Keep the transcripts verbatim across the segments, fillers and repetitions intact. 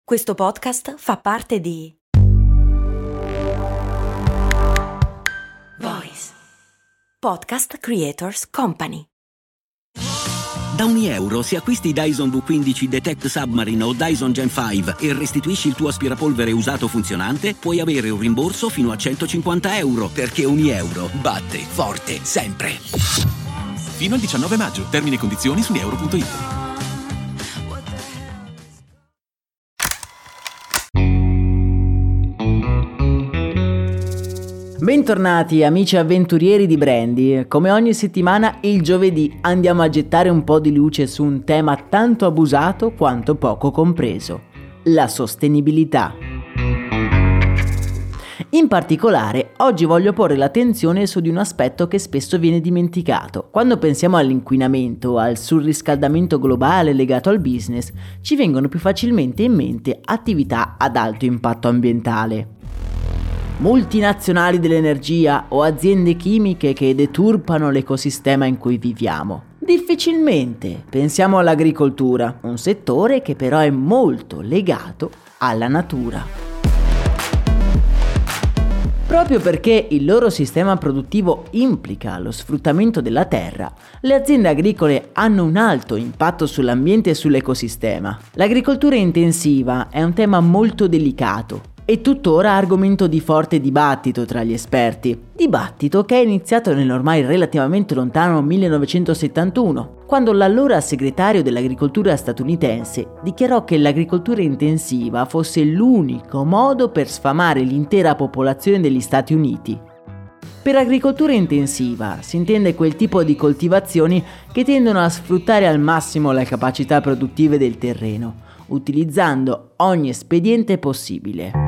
Questo podcast fa parte di Voice Podcast Creators Company. Da ogni euro, se acquisti Dyson V quindici Detect Submarine o Dyson Gen cinque e restituisci il tuo aspirapolvere usato funzionante, puoi avere un rimborso fino a centocinquanta euro, perché ogni euro batte forte sempre. Fino al diciannove maggio. Termini e condizioni su nieuro punto it. Bentornati amici avventurieri di Brandy. Come ogni settimana il giovedì andiamo a gettare un po' di luce su un tema tanto abusato quanto poco compreso: la sostenibilità. In particolare, oggi voglio porre l'attenzione su di un aspetto che spesso viene dimenticato. Quando pensiamo all'inquinamento o al surriscaldamento globale legato al business, ci vengono più facilmente in mente attività ad alto impatto ambientale. Multinazionali dell'energia o aziende chimiche che deturpano l'ecosistema in cui viviamo. Difficilmente pensiamo all'agricoltura, un settore che però è molto legato alla natura. Proprio perché il loro sistema produttivo implica lo sfruttamento della terra, le aziende agricole hanno un alto impatto sull'ambiente e sull'ecosistema. L'agricoltura intensiva è un tema molto delicato e tuttora argomento di forte dibattito tra gli esperti. Dibattito che è iniziato nell'ormai relativamente lontano millenovecentosettantuno, quando l'allora segretario dell'agricoltura statunitense dichiarò che l'agricoltura intensiva fosse l'unico modo per sfamare l'intera popolazione degli Stati Uniti. Per agricoltura intensiva si intende quel tipo di coltivazioni che tendono a sfruttare al massimo le capacità produttive del terreno, utilizzando ogni espediente possibile.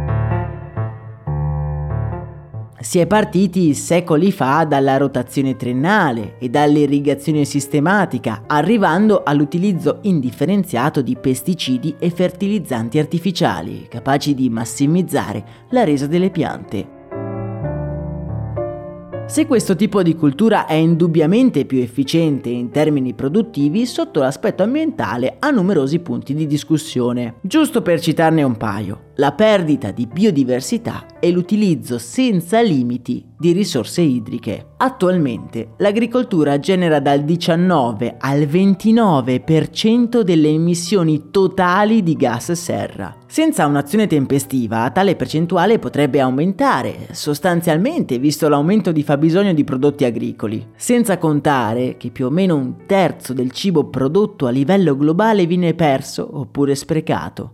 Si è partiti secoli fa dalla rotazione triennale e dall'irrigazione sistematica, arrivando all'utilizzo indifferenziato di pesticidi e fertilizzanti artificiali, capaci di massimizzare la resa delle piante. Se questo tipo di cultura è indubbiamente più efficiente in termini produttivi, sotto l'aspetto ambientale ha numerosi punti di discussione. Giusto per citarne un paio: la perdita di biodiversità e l'utilizzo senza limiti di risorse idriche. Attualmente l'agricoltura genera dal diciannove al ventinove per cento delle emissioni totali di gas serra. Senza un'azione tempestiva, tale percentuale potrebbe aumentare sostanzialmente, visto l'aumento di fabbisogno di prodotti agricoli. Senza contare che più o meno un terzo del cibo prodotto a livello globale viene perso oppure sprecato.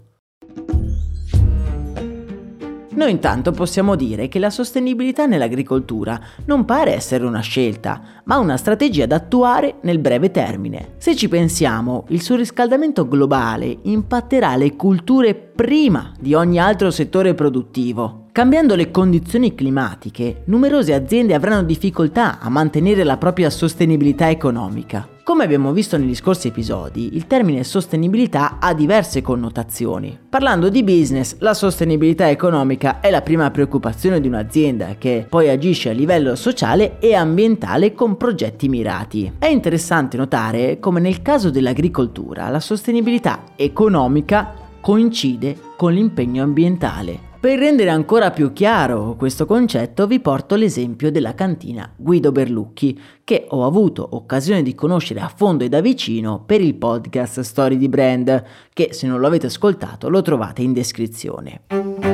Noi intanto possiamo dire che la sostenibilità nell'agricoltura non pare essere una scelta, ma una strategia da attuare nel breve termine. Se ci pensiamo, il surriscaldamento globale impatterà le colture prima di ogni altro settore produttivo. Cambiando le condizioni climatiche, numerose aziende avranno difficoltà a mantenere la propria sostenibilità economica. Come abbiamo visto negli scorsi episodi, il termine sostenibilità ha diverse connotazioni. Parlando di business, la sostenibilità economica è la prima preoccupazione di un'azienda, che poi agisce a livello sociale e ambientale con progetti mirati. È interessante notare come nel caso dell'agricoltura la sostenibilità economica coincide con l'impegno ambientale. Per rendere ancora più chiaro questo concetto vi porto l'esempio della cantina Guido Berlucchi, che ho avuto occasione di conoscere a fondo e da vicino per il podcast Storie di Brand, che se non lo avete ascoltato lo trovate in descrizione.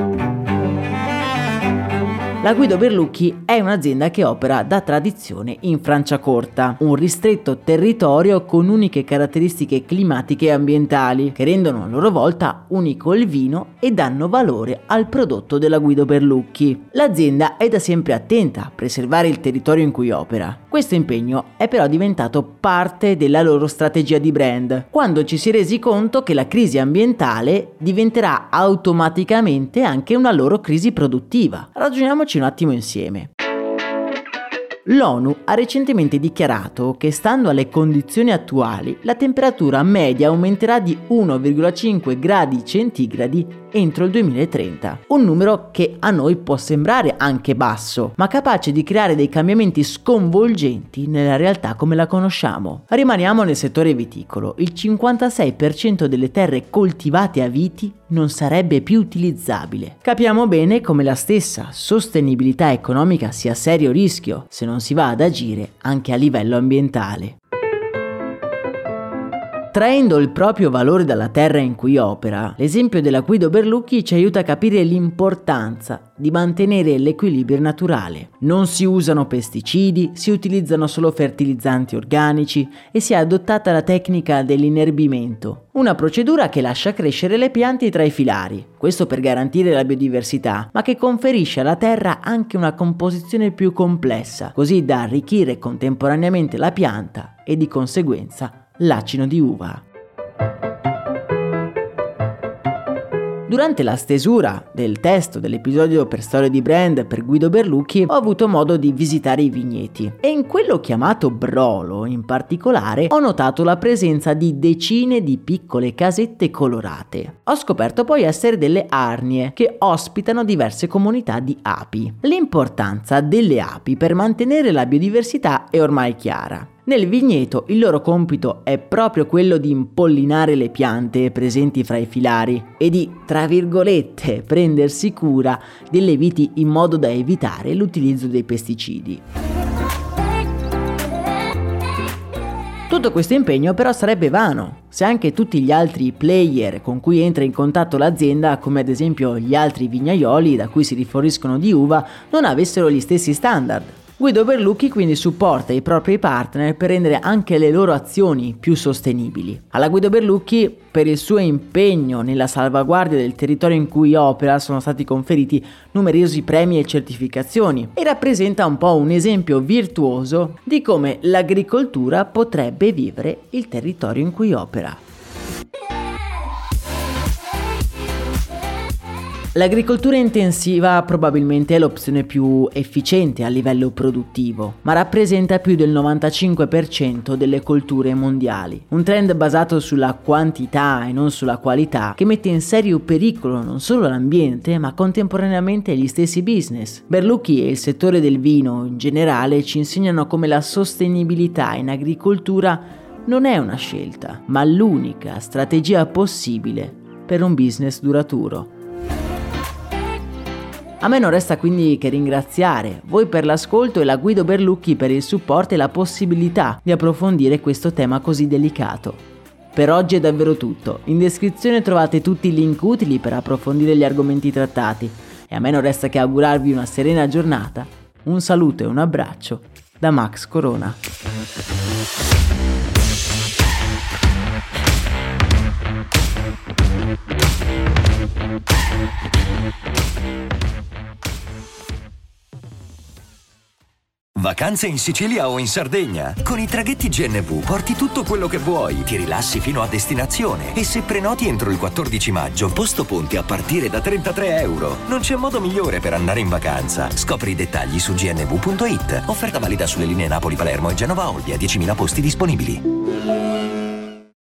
La Guido Berlucchi è un'azienda che opera da tradizione in Franciacorta, un ristretto territorio con uniche caratteristiche climatiche e ambientali che rendono a loro volta unico il vino e danno valore al prodotto della Guido Berlucchi. L'azienda è da sempre attenta a preservare il territorio in cui opera. Questo impegno è però diventato parte della loro strategia di brand, quando ci si è resi conto che la crisi ambientale diventerà automaticamente anche una loro crisi produttiva. Ragioniamoci un attimo insieme. L'ONU ha recentemente dichiarato che, stando alle condizioni attuali, la temperatura media aumenterà di uno virgola cinque gradi centigradi entro il duemilatrenta. Un numero che a noi può sembrare anche basso, ma capace di creare dei cambiamenti sconvolgenti nella realtà come la conosciamo. Rimaniamo nel settore viticolo. Il cinquantasei per cento delle terre coltivate a viti non sarebbe più utilizzabile. Capiamo bene come la stessa sostenibilità economica sia a serio rischio se non si va ad agire anche a livello ambientale. Traendo il proprio valore dalla terra in cui opera, l'esempio della Guido Berlucchi ci aiuta a capire l'importanza di mantenere l'equilibrio naturale. Non si usano pesticidi, si utilizzano solo fertilizzanti organici e si è adottata la tecnica dell'inerbimento, una procedura che lascia crescere le piante tra i filari, questo per garantire la biodiversità, ma che conferisce alla terra anche una composizione più complessa, così da arricchire contemporaneamente la pianta e di conseguenza l'acino di uva. Durante la stesura del testo dell'episodio per Storie di Brand per Guido Berlucchi ho avuto modo di visitare i vigneti e in quello chiamato Brolo in particolare ho notato la presenza di decine di piccole casette colorate. Ho scoperto poi essere delle arnie che ospitano diverse comunità di api. L'importanza delle api per mantenere la biodiversità è ormai chiara. Nel vigneto il loro compito è proprio quello di impollinare le piante presenti fra i filari e di, tra virgolette, prendersi cura delle viti in modo da evitare l'utilizzo dei pesticidi. Tutto questo impegno però sarebbe vano se anche tutti gli altri player con cui entra in contatto l'azienda, come ad esempio gli altri vignaioli da cui si riforniscono di uva, non avessero gli stessi standard. Guido Berlucchi quindi supporta i propri partner per rendere anche le loro azioni più sostenibili. Alla Guido Berlucchi, per il suo impegno nella salvaguardia del territorio in cui opera, sono stati conferiti numerosi premi e certificazioni e rappresenta un po' un esempio virtuoso di come l'agricoltura potrebbe vivere il territorio in cui opera. L'agricoltura intensiva probabilmente è l'opzione più efficiente a livello produttivo, ma rappresenta più del novantacinque per cento delle colture mondiali. Un trend basato sulla quantità e non sulla qualità che mette in serio pericolo non solo l'ambiente, ma contemporaneamente gli stessi business. Berlucchi e il settore del vino in generale ci insegnano come la sostenibilità in agricoltura non è una scelta, ma l'unica strategia possibile per un business duraturo. A me non resta quindi che ringraziare voi per l'ascolto e la Guido Berlucchi per il supporto e la possibilità di approfondire questo tema così delicato. Per oggi è davvero tutto. In descrizione trovate tutti i link utili per approfondire gli argomenti trattati e a me non resta che augurarvi una serena giornata. Un saluto e un abbraccio da Max Corona. Vacanze in Sicilia o in Sardegna? Con i traghetti G N V porti tutto quello che vuoi, ti rilassi fino a destinazione e se prenoti entro il quattordici maggio, posto ponti a partire da trentatré euro. Non c'è modo migliore per andare in vacanza. Scopri i dettagli su g n v punto i t. Offerta valida sulle linee Napoli-Palermo e Genova-Olbia, diecimila posti disponibili.